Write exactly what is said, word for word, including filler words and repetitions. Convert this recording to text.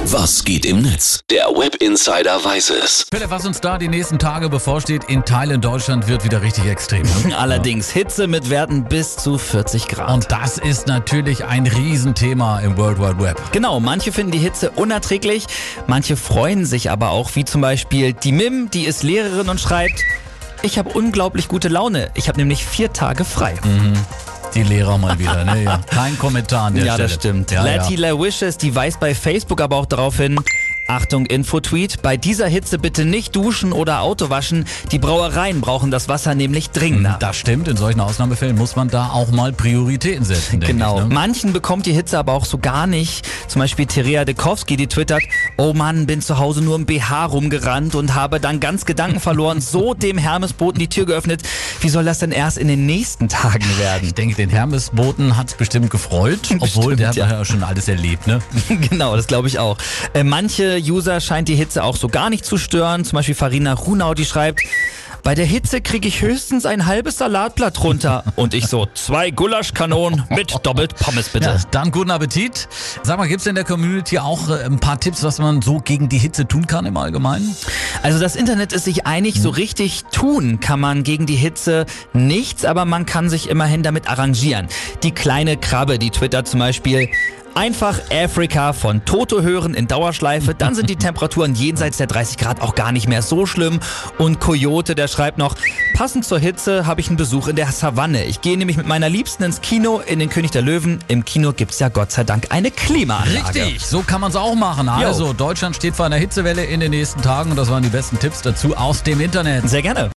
Was geht im Netz? Der Web Insider weiß es. Philipp, was uns da die nächsten Tage bevorsteht, in Teilen Deutschland wird wieder richtig extrem. Ne? Allerdings Hitze mit Werten bis zu vierzig Grad. Und das ist natürlich ein Riesenthema im World Wide Web. Genau, manche finden die Hitze unerträglich, manche freuen sich aber auch, wie zum Beispiel die Mim, die ist Lehrerin und schreibt: Ich habe unglaublich gute Laune, ich habe nämlich vier Tage frei. Mhm. Die Lehrer mal wieder, ne? Ja. Kein Kommentar an der Ja, Stelle. das stimmt. Ja, Letty ja. LaWishes, die weist bei Facebook aber auch darauf hin: Achtung, Infotweet, bei dieser Hitze bitte nicht duschen oder Auto waschen. Die Brauereien brauchen das Wasser nämlich dringender. Das stimmt, in solchen Ausnahmefällen muss man da auch mal Prioritäten setzen, denke Genau. ich. Ne? Manchen bekommt die Hitze aber auch so gar nicht. Zum Beispiel Terea Dekowski, die twittert: Oh Mann, bin zu Hause nur im B H rumgerannt und habe dann ganz Gedanken verloren, so dem Hermesboten die Tür geöffnet. Wie soll das denn erst in den nächsten Tagen werden? Ich denke, den Hermesboten hat's bestimmt gefreut, obwohl Bestimmt, der hat ja. ja schon alles erlebt, ne? Genau, das glaube ich auch. Äh, manche User scheint die Hitze auch so gar nicht zu stören. Zum Beispiel Farina Runau, die schreibt: Bei der Hitze kriege ich höchstens ein halbes Salatblatt runter. Und ich so: Zwei Gulaschkanonen mit doppelt Pommes bitte. Ja, dann guten Appetit. Sag mal, gibt's in der Community auch äh, ein paar Tipps, was man so gegen die Hitze tun kann im Allgemeinen? Also das Internet ist sich einig, so richtig tun kann man gegen die Hitze nichts, aber man kann sich immerhin damit arrangieren. Die kleine Krabbe, die twittert zum Beispiel: Einfach Africa von Toto hören in Dauerschleife, dann sind die Temperaturen jenseits der dreißig Grad auch gar nicht mehr so schlimm. Und Coyote, der schreibt noch: Passend zur Hitze habe ich einen Besuch in der Savanne. Ich gehe nämlich mit meiner Liebsten ins Kino, in den König der Löwen. Im Kino gibt's ja Gott sei Dank eine Klimaanlage. Richtig, so kann man's auch machen. Also, Deutschland steht vor einer Hitzewelle in den nächsten Tagen und das waren die besten Tipps dazu aus dem Internet. Sehr gerne.